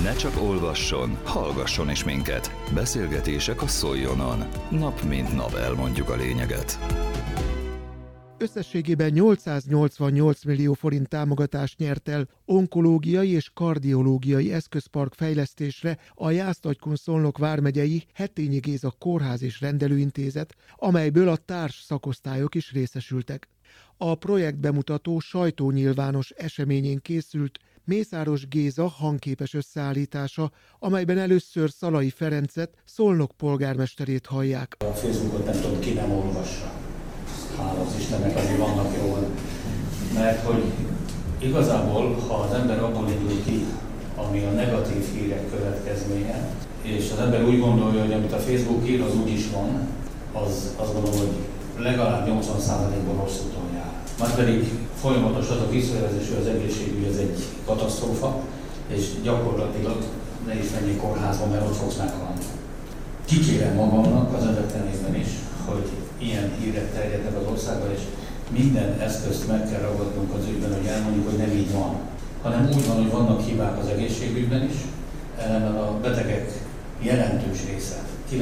Ne csak olvasson, hallgasson is minket. Beszélgetések a Szoljonon. Nap mint nap elmondjuk a lényeget. Összességében 888 millió forint támogatást nyert el onkológiai és kardiológiai eszközpark fejlesztésre a Jász-Nagykun-Szolnok vármegyei Hetényi Géza Kórház és Rendelőintézet, amelyből a társ szakosztályok is részesültek. A projektbemutató sajtónyilvános eseményén készült Mészáros Géza hangképes összeállítása, amelyben először Szalai Ferencet, Szolnok polgármesterét hallják. A Facebookot nem tudom, ki nem olvassa. Hála az Istennek, azért vannak jól. Mert hogy igazából, ha az ember abból indul ki, ami a negatív hírek következménye, és az ember úgy gondolja, hogy amit a Facebook ír, az úgy is van, az azt gondolom, hogy legalább 80%-ban rossz úton jár. Márpedig folyamatos az a visszajelzés, hogy az egészségügy ez egy katasztrófa, és gyakorlatilag ne is menjél kórházba, mert ott fogsz meghalni. Kikérem magamnak az önöknézben is, hogy ilyen hírek terjednek az országban, és minden eszközt meg kell ragadnunk az ügyben, hogy elmondjuk, hogy nem így van. Hanem úgy van, hogy vannak hibák az egészségügyben is, ellenben a betegek jelentős része,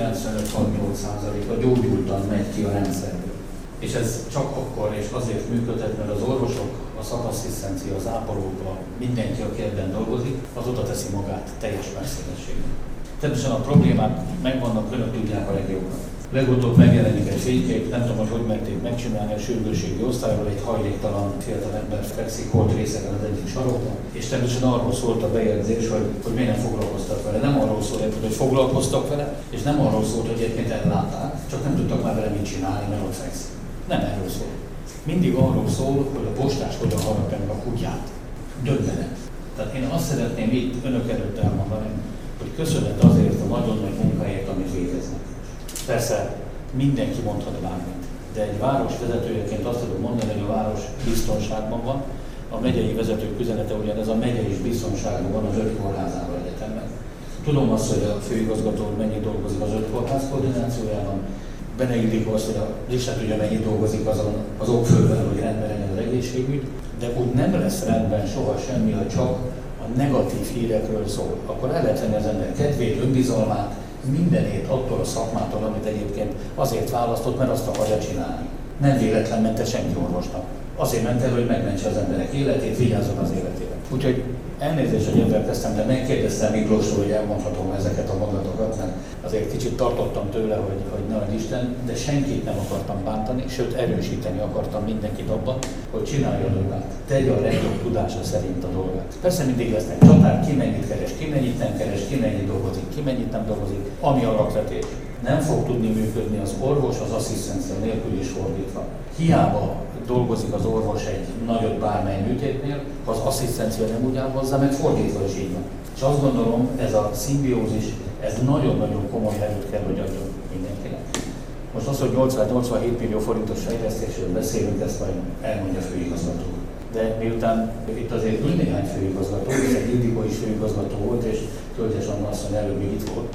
95-68%-a gyógyultan megy ki a rendszerből. És ez csak akkor és azért működhet, mert az orvosok, a szakasszisztencia, az ápolók, mindenki, aki ebben dolgozik, az oda teszi magát teljes messzélességben. Természetesen a problémák megvannak, önök tudják a legjobban. Legutóbb megjelenik egy fénykép, nem tudom, hogy merték megcsinálni a sürgősségi osztályról, egy hajléktalan fiatal ember fekszik holt részeken az egyik sarokban, és természetesen arról szólt a bejegyzés, hogy miért nem foglalkoztak vele. Nem arról szólt, hogy foglalkoztak vele, és nem arról szólt, hogy egyébként ellátták, csak nem tudtak már vele mit csinálni, mert ott fekszik. Nem erről szól. Mindig arról szól, hogy a postás hogyan harapja meg a kutyát. Döbbenet. Tehát én azt szeretném itt önök előtt elmondani, hogy köszönet azért a nagyon nagy munkáért, amit végeznek. Persze mindenki mondhat bármit, de egy város vezetőjeként azt tudom mondani, hogy a város biztonságban van. A megyei vezetők üzenete ugyanez, a megye is biztonságban van az 5 kórházával egyetemben. Tudom azt, hogy a főigazgató mennyit dolgozik az 5 kórház koordinációjában, benne Ildikó azt, hogy az Isten tudja, mennyit dolgozik azon az okfővel, hogy rendben legyen az egészségügy, de úgy nem lesz rendben soha semmi, ha csak a negatív hírekről szól. Akkor el lehet venni az ember kedvét, önbizalmát, mindenét attól a szakmától, amit egyébként azért választott, mert azt akarja csinálni. Nem véletlen ment el senki orvosnak. Azért ment el, hogy megmentse az emberek életét, vigyázzon az életére. Úgyhogy elnézést, hogy ebben kezdtem, de megkérdeztem Miklósról, hogy elmondhatom ezeket a mondatokat, mert azért kicsit tartottam tőle, hogy ne adj Isten, de senkit nem akartam bántani, sőt erősíteni akartam mindenkit abban, hogy csinálja a dolgát. Tegye a legjobb tudása szerint a dolgát. Persze mindig lesznek csaták, ki mennyit keres, ki mennyit nem keres, ki mennyit dolgozik, ki mennyit nem dolgozik, ami alapvetés. Nem fog tudni működni az orvos az asszisztencia nélkül is fordítva. Hiába dolgozik az orvos egy nagyobb bármely műtétnél, ha az asszisztencia nem úgy áll hozzá, meg fordítva is így van. És azt gondolom, ez a szimbiózis, ez nagyon-nagyon komoly erőt kell, hogy adjon mindenkinek. Most az, hogy 887 millió forintos fejlesztésről beszélünk, ezt majd elmondja a főigazgató. De miután itt azért ül néhány főigazgató, hiszen Ildikó is főigazgató volt, és Tölgyes Anna asszony előbb még itt volt.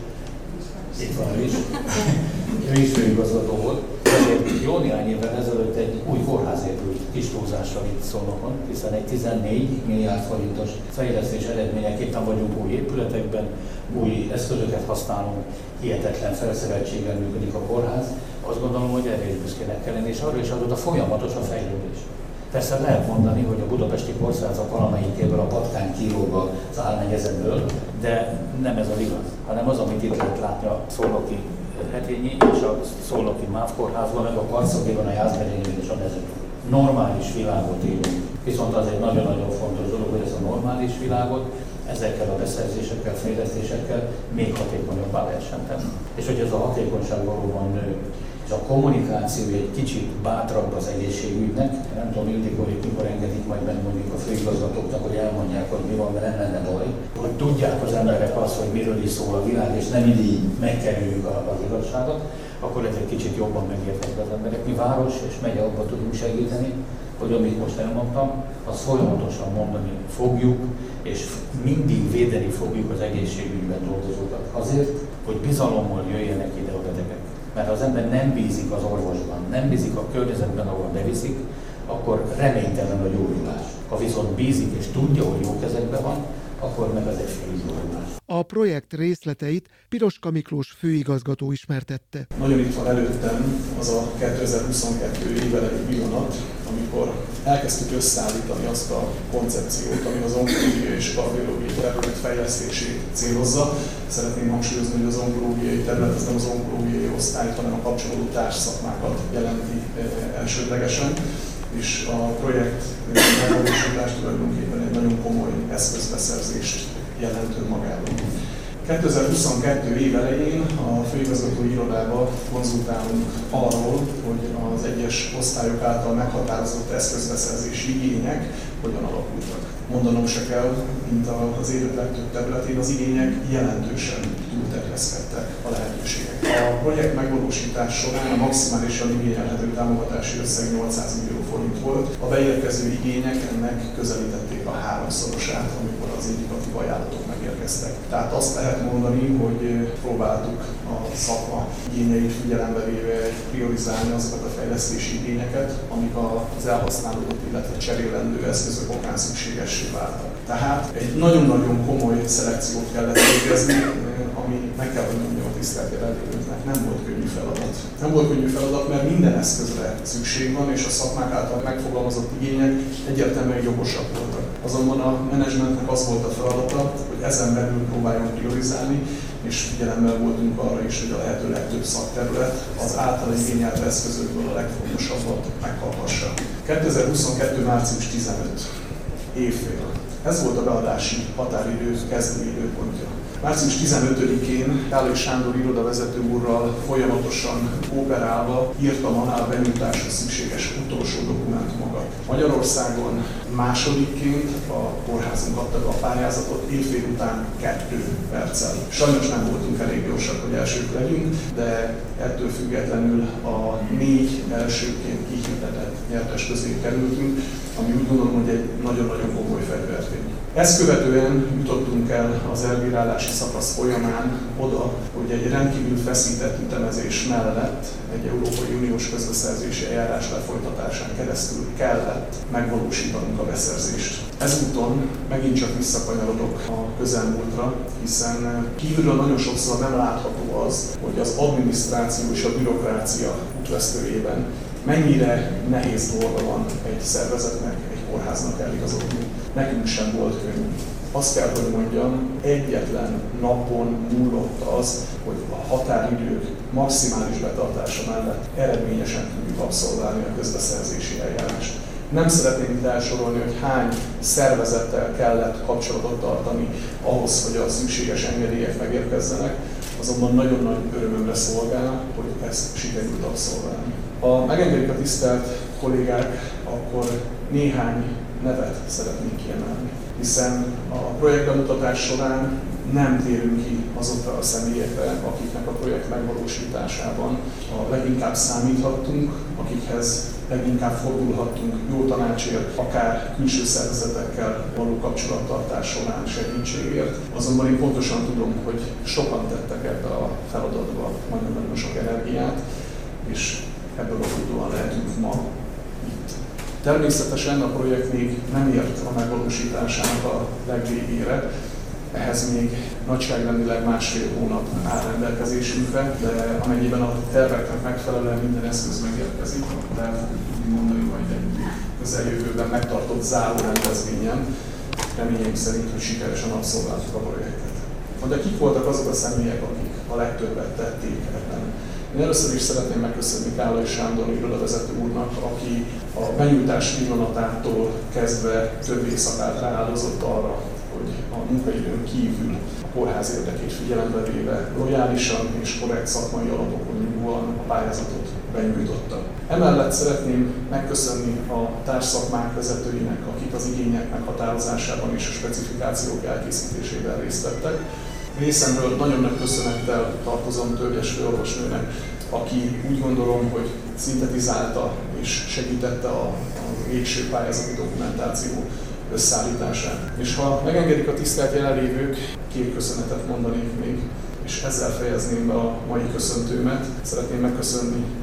Itt van ő is. Ő is főigazgató volt. Ezért jó néhány évvel ezelőtt egy új kórház épült kis túlzással itt Szolnokon, hiszen egy 14 milliárd forintos fejlesztés eredményeképpen vagyunk új épületekben, új eszközöket használunk, hihetetlen felszereltséggel működik a kórház. Azt gondolom, hogy erre is büszkének kell lenni, és arra is adott a folyamatos a fejlődés. Persze lehet mondani, hogy a budapesti kórházak valamelyikéből a patkány kilóg az álmegyezetből, de nem ez a igaz, hanem az, amit itt lehet látni a szolnoki Hetényi és a szolnoki MÁV kórházban, meg a Karszagéban, a Jász-megyében és a Mezőkön. Normális világot élünk. Viszont az egy nagyon-nagyon fontos dolog, hogy ez a normális világot ezekkel a beszerzésekkel, fejlesztésekkel még hatékonyabbá lehessen tenni. És hogy ez a hatékonyság valóban nő, és a kommunikáció egy kicsit bátrabb az egészségügynek. Nem tudom, Ildikóék mikor engedik majd meg mondjuk a főigazgatóknak, hogy elmondják, hogy mi van, mert nem lenne baj. Hogy tudják az emberek azt, hogy miről is szól a világ, és nem így megkerüljük az igazságot, akkor ez egy kicsit jobban megérthetik az emberek. Mi város és megye abban tudunk segíteni, hogy amit most elmondtam, azt folyamatosan mondani fogjuk, és mindig védeni fogjuk az egészségügyben dolgozókat. Azért, hogy bizalommal jöjjenek ide a betegek. Mert ha az ember nem bízik az orvosban, nem bízik a környezetben, ahol beviszik, akkor reménytelen a gyógyulás. Ha viszont bízik és tudja, hogy jó kezekben van, akkor akkor meg az egy félizónál. A projekt részleteit Piroska Miklós főigazgató ismertette. Nagyon itt van előttem az a 2022 évelei pillanat, amikor elkezdtük összeállítani azt a koncepciót, ami az onkológiai és kardiológiai terület fejlesztését célozza. Szeretném hangsúlyozni, hogy az onkológiai terület az nem az onkológiai osztályt, hanem a kapcsolódó társszakmákat jelenti elsődlegesen. És a projekt megvalósítás tulajdonképpen egy nagyon komoly eszközbeszerzést jelent önmagában. 2022 év elején a főigazgatói irodában konzultálunk arról, hogy az egyes osztályok által meghatározott eszközbeszerzési igények hogyan alakultak. Mondanom se kell, mint az élet legtöbb területén, az igények jelentősen túlterjeszkedtek a lehetőségek. A projekt megvalósítás során a maximálisan igényelhető támogatási összeg 800 millió forint volt. A beérkező igények ennek közelítették a 3-szorosát, amikor az indikatív ajánlatok megérkeztek. Tehát azt lehet mondani, hogy próbáltuk a szakma igényeit figyelembe véve priorizálni azokat a fejlesztési igényeket, amik az elhasználódott, illetve cserélendő eszközök okán szükségessé váltak. Tehát egy nagyon-nagyon komoly szelekciót kellett végezni, ami meg kell, hogy mondjam a tisztelt jelenlévőknek, nem volt könnyű feladat. Nem volt könnyű feladat, mert minden eszközre szükség van, és a szakmák által megfogalmazott igények egyértelműen jogosak voltak. Azonban a menedzsmentnek az volt a feladata, hogy ezen belül próbáljon priorizálni, és figyelemmel voltunk arra is, hogy a lehető legtöbb szakterület az által igényelt eszközökből a legfontosabbat megkaphassa. 2022. március 15. évfél. Ez volt a beadási határidő kezdő időpontja. Március 15-én Kállai Sándor irodavezető úrral folyamatosan kooperálva írtam alá a benyújtásra szükséges utolsó dokumentumokat. Magyarországon másodikként a kórházunk adta be a pályázatot évfél után 2 perccel. Sajnos nem voltunk elég gyorsak, hogy elsők legyünk, de ettől függetlenül a 4 elsőként kihirdetett nyertes közé kerültünk, ami úgy gondolom, hogy egy nagyon-nagyon komoly fegyvertény. Ezt követően jutottunk el az elbírálási szakasz folyamán oda, hogy egy rendkívül feszített ütemezés mellett egy Európai Uniós közbeszerzési eljárás lefolytatásán keresztül kellett megvalósítanunk a beszerzést. Ezúton megint csak visszakanyarodok a közelmúltra, hiszen kívülről nagyon sokszor nem látható az, hogy az adminisztráció és a bürokrácia útvesztőjében mennyire nehéz dolga van egy szervezetnek, egy kórháznak eligazodni. Nekünk sem volt könnyű. Azt kell, hogy mondjam, egyetlen napon múlott az, hogy a határidők maximális betartása mellett eredményesen tudjuk abszolválni a közbeszerzési eljárást. Nem szeretném itt elsorolni, hogy hány szervezettel kellett kapcsolatot tartani ahhoz, hogy a szükséges engedélyek megérkezzenek, azonban nagyon nagy örömömre szolgál, hogy ezt sikerült abszolválni. Ha megengedik a tisztelt kollégák, akkor néhány nevet szeretnénk kiemelni, hiszen a projekt bemutatás során nem térünk ki azokra a személyekre, akiknek a projekt megvalósításában a leginkább számíthattunk, akikhez leginkább fordulhattunk jó tanácsért, akár külső szervezetekkel való kapcsolattartás során segítségért. Azonban én pontosan tudom, hogy sokan tettek ebbe a feladatba nagyon-nagyon sok energiát, és ebből adódóan lehetünk ma itt. Természetesen a projekt még nem ért a megvalósításának a legvégére, ehhez még nagyságrendileg 1,5 hónap áll rendelkezésünkre, de amennyiben a terveknek megfelelően minden eszköz megérkezik, akkor el fogjuk tudni mondani majd egy közeljövőben megtartott zárórendezvényen, reményeim szerint, hogy sikeresen abszolváltuk a projektet. De kik voltak azok a személyek, akik a legtöbbet tették ebben? Én először is szeretném megköszönni Kállai Sándor irodavezető úrnak, aki a benyújtás pillanatától kezdve több éjszakát rááldozott arra, hogy a munkaidőn kívül a kórház érdekét figyelembe véve lojálisan és korrekt szakmai alapokon nyugvóan a pályázatot benyújtotta. Emellett szeretném megköszönni a társszakmák vezetőinek, akik az igények meghatározásában és a specifikációk elkészítésében részt vettek. Részemről nagyon nagy köszönettel tartozom Tölgyes főorvosnőnek, aki úgy gondolom, hogy szintetizálta és segítette a végső pályázati dokumentáció összeállítását. És ha megengedik a tisztelt jelenlévők, 2 köszönetet mondanék még, és ezzel fejezném be a mai köszöntőmet. Szeretném megköszönni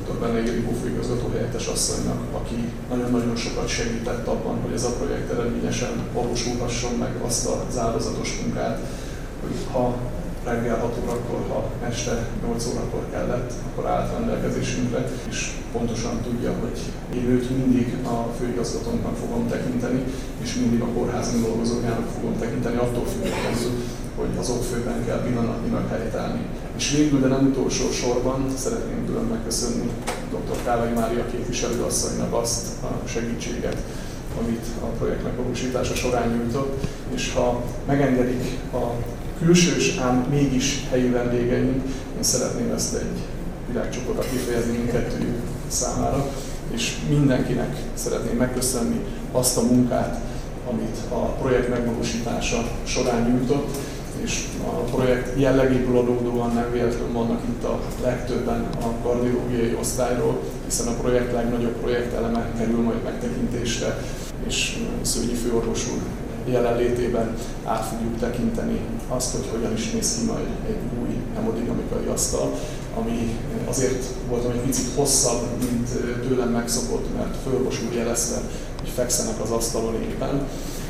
dr. Benei Ildikó főigazgató helyettes asszonynak, aki nagyon-nagyon sokat segített abban, hogy ez a projekt eredményesen valósulhasson meg, azt az áldozatos munkát, hogy ha reggel 6 órakor, ha este 8 órakor kellett, akkor állt rendelkezésünkre, és pontosan tudja, hogy én őt mindig a főigazgatónknak fogom tekinteni, és mindig a kórházon dolgozóknak fogom tekinteni, attól függetlenül, hogy az okfőben kell pillanatnyilag helytállni. És végül, de nem utolsó sorban szeretném külön megköszönni dr. Kállai Mária képviselőasszonynak azt a segítséget, amit a projekt megvalósítása során nyújtott, és ha megengedik a külsős, ám mégis helyi vendégeink, én szeretném ezt egy világcsoportra kifejezni mindkettőjük számára, és mindenkinek szeretném megköszönni azt a munkát, amit a projekt megvalósítása során nyújtott, és a projekt jellegéből adódóan nem véletlenül vannak itt a legtöbben a kardiológiai osztályról, hiszen a projekt legnagyobb projekteleme kerül majd megtekintésre, és Szőnyi főorvos úr jelenlétében át fogjuk tekinteni azt, hogy hogyan is néz ki majd egy új hemodinamikai asztal, ami azért voltam egy picit hosszabb, mint tőlem megszokott, mert főorvos úr jelezte, hogy fekszenek az asztalon éppen.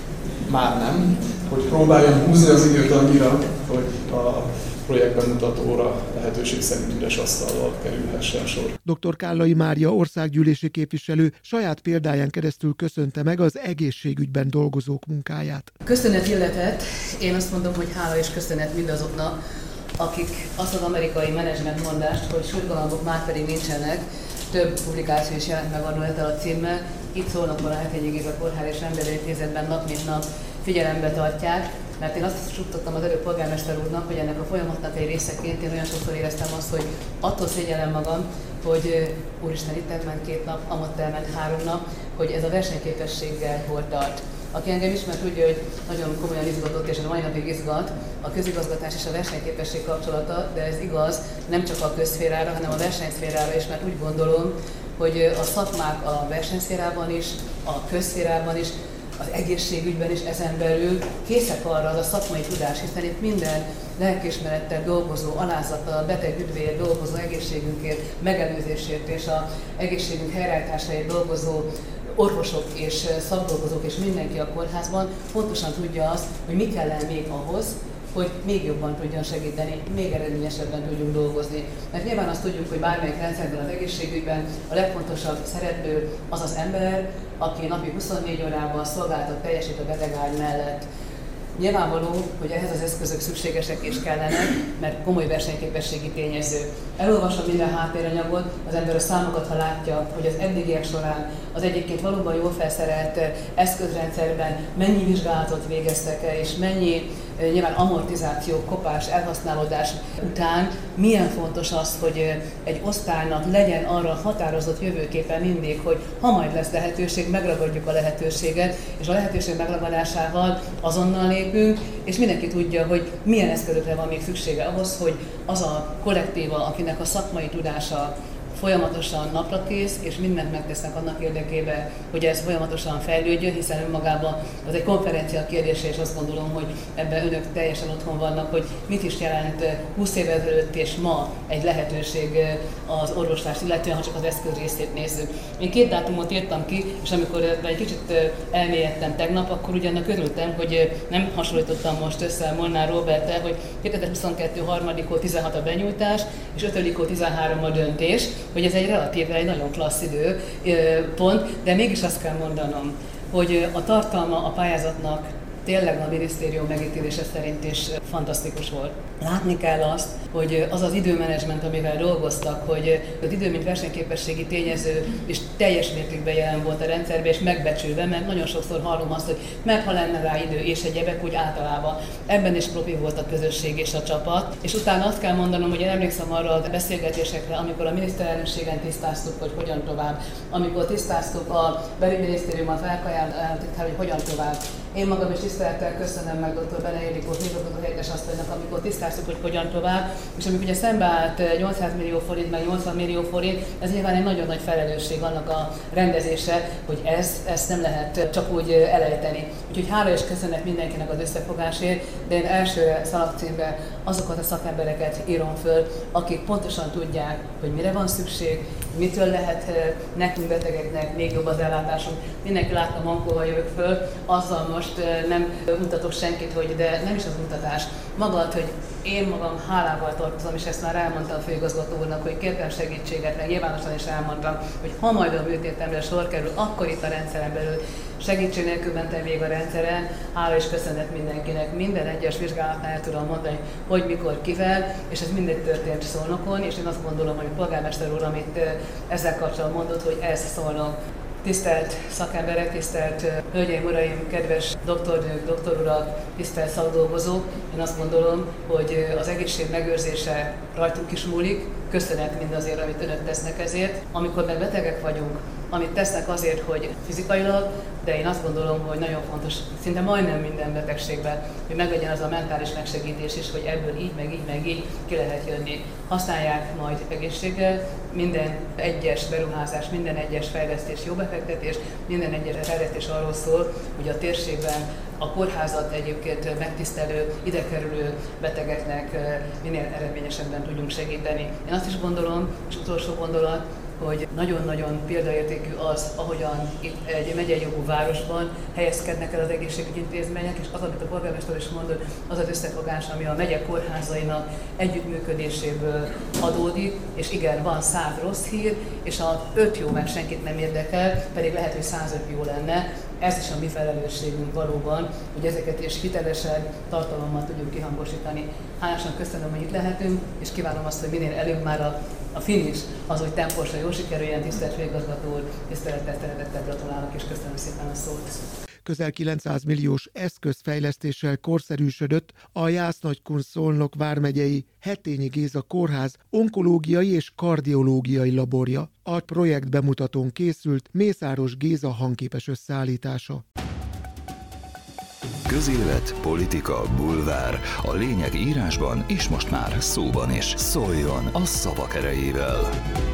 Már nem, hogy próbáljam húzni az időt annyira, hogy a projekt bemutatóra lehetőség szerint üres asztallal kerülhessen sor. Dr. Kállai Mária országgyűlési képviselő saját példáján keresztül köszönte meg az egészségügyben dolgozók munkáját. Köszönet illetett, én azt mondom, hogy hála és köszönet mindazoknak, akik azt az amerikai menedzsment mondást, hogy sürgalambok már pedig nincsenek, több publikáció is jelent meg annól a címmel. Itt Szolnokon a Hetényi Géza Kórház és Rendelőintézetben nap mint nap figyelembe tartják, mert én azt suttottam az előbb polgármester úrnak, hogy ennek a folyamatnak egy részeként én olyan sokszor éreztem azt, hogy attól szégyellem magam, hogy úristen, itt elment 2 nap, amott elment 3 nap, hogy ez a versenyképességgel hol tart. Aki engem ismer, tudja, hogy nagyon komolyan izgatott, és a mai napig izgat a közigazgatás és a versenyképesség kapcsolata, de ez igaz nem csak a közszférára, hanem a versenyszférára is, mert úgy gondolom, hogy a szakmák a versenyszférában is, a közszférában is, az egészségügyben is ezen belül készek arra az a szakmai tudás, hiszen itt minden lelkiismerettel dolgozó, alázattal, beteg ügyvédért dolgozó, egészségünkért, megelőzésért és az egészségünk helyreállításáért dolgozó orvosok és szakdolgozók és mindenki a kórházban pontosan tudja azt, hogy mi kellene még ahhoz, hogy még jobban tudjon segíteni, még eredményesebben tudjunk dolgozni. Mert nyilván azt tudjuk, hogy bármelyik rendszerben az egészségügyben a legfontosabb szereplő az az ember, aki napi 24 órában szolgáltat, teljesít a betegágy mellett. Nyilvánvaló, hogy ehhez az eszközök szükségesek is kellene, mert komoly versenyképességi tényező. Elolvasom minden háttéranyagot, az ember a számokat, ha látja, hogy az eddigiek során az egyébként valóban jól felszerelt eszközrendszerben mennyi vizsgálatot végeztek el, és mennyi nyilván amortizáció, kopás, elhasználódás után milyen fontos az, hogy egy osztálynak legyen arra határozott jövőképpen mindig, hogy ha majd lesz lehetőség, megragadjuk a lehetőséget, és a lehetőség megragadásával azonnal lépünk, és mindenki tudja, hogy milyen eszközökre van még szüksége ahhoz, hogy az a kollektíva, akinek a szakmai tudása folyamatosan napra kész, és mindent megtesznek annak érdekében, hogy ez folyamatosan fejlődjön, hiszen önmagában az egy konferencia kérdése, és azt gondolom, hogy ebben önök teljesen otthon vannak, hogy mit is jelent 20 évvel ezelőtt és ma egy lehetőség az orvoslást illetően, ha csak az eszköz részét nézzük. Én 2 dátumot írtam ki, és amikor egy kicsit elmélyedtem tegnap, akkor ugyanak örültem, hogy nem hasonlítottam most össze Molnár Róberttel, hogy 2022. 3-kor 16 a benyújtás, és 5-kor 13 a döntés, hogy ez egy relatíve egy nagyon klassz időpont, de mégis azt kell mondanom, hogy a tartalma a pályázatnak tényleg a minisztérium megítélése szerint is fantasztikus volt. Látni kell azt, hogy az az időmenedzsment, amivel dolgoztak, hogy az idő, mint versenyképességi tényező, és teljes mértékben jelen volt a rendszerben, és megbecsülve, mert nagyon sokszor hallom azt, hogy mert ha lenne rá idő, és egyebek, úgy általában. Ebben is profi volt a közösség és a csapat. És utána azt kell mondanom, hogy én emlékszem arra a beszélgetésekre, amikor a miniszterelnökségen tisztáztuk, hogy hogyan tovább, amikor tisztáztuk a belügyminisztériummal felkajáltatták, hogy hogyan tovább. Én magam is tisztelettel köszönöm meg dr. Benei Ildikó főigazgató helyettes asszonynak, amikor tisztáztuk, hogy hogyan tovább, és amikor ugye szembe állt 800 millió forint, meg 80 millió forint, ez nyilván egy nagyon nagy felelősség annak a rendezése, hogy ezt nem lehet csak úgy elejteni. Úgyhogy hála és köszönet mindenkinek az összefogásért, de én elsőre szalagcímbe azokat a szakembereket írom föl, akik pontosan tudják, hogy mire van szükség, mitől lehet nekünk betegeknek még jobb az ellátásunk. Mindenki látta Mankóval jövök föl, azzal most nem mutatok senkit, hogy de nem is az mutatás. Magad, hogy én magam hálával tartozom, és ezt már elmondtam a főigazgató úrnak, hogy kértem segítséget, meg nyilvánosan is elmondtam, hogy ha majd a műtétemre sor kerül, akkor itt a rendszeren belül segítség nélkül mentem végig a rendszeren. Hála és köszönet mindenkinek. Minden egyes vizsgálatnál el tudom mondani, hogy mikor, kivel, és ez mindegy történt Szolnokon, és én azt gondolom, hogy a polgármester úr, amit ezzel kapcsolatban mondott, hogy ez Szolnok. Tisztelt szakemberek, tisztelt hölgyeim, uraim, kedves doktornők, doktorurak, tisztelt szakdolgozók, én azt gondolom, hogy az egészség megőrzése rajtunk is múlik. Köszönet mindazért, amit önök tesznek ezért. Amikor meg betegek vagyunk, amit tesznek azért, hogy fizikailag, de én azt gondolom, hogy nagyon fontos, szinte majdnem minden betegségben, hogy meglegyen az a mentális megsegítés is, hogy ebből így, meg így ki lehet jönni. Használják majd egészséggel, minden egyes beruházás, minden egyes fejlesztés jó befektetés, minden egyes fejlesztés arról szól, hogy a térségben a kórházat egyébként megtisztelő, idekerülő betegeknek minél eredményesebben tudjunk segíteni. Én azt is gondolom, és utolsó gondolat, hogy nagyon-nagyon példaértékű az, ahogyan itt egy megyei jogú városban helyezkednek el az egészségügyi intézmények, és az, amit a polgármester is mondott, az az összefogás, ami a megye kórházainak együttműködéséből adódik, és igen, van 100 rossz hír, és a 5 jó meg senkit nem érdekel, pedig lehet, hogy 105 jó lenne. Ez is a mi felelősségünk valóban, hogy ezeket is hitelesen, tartalommal tudjuk kihangosítani. Hálásan köszönöm, hogy itt lehetünk, és kívánom azt, hogy minél előbb már a finish az, hogy tempósan jól sikerüljen, tisztelt főigazgató úr, tisztelettel, szeretettel gratulálok, és köszönöm szépen a szót. Közel 900 milliós eszközfejlesztéssel korszerűsödött a Jász-Nagykun-Szolnok vármegyei Hetényi Géza Kórház onkológiai és kardiológiai laborja. A projekt bemutatón készült Mészáros Géza hangképes összeállítása. Közélet, politika, bulvár. A lényeg írásban és most már szóban is. Szóljon a szavak erejével!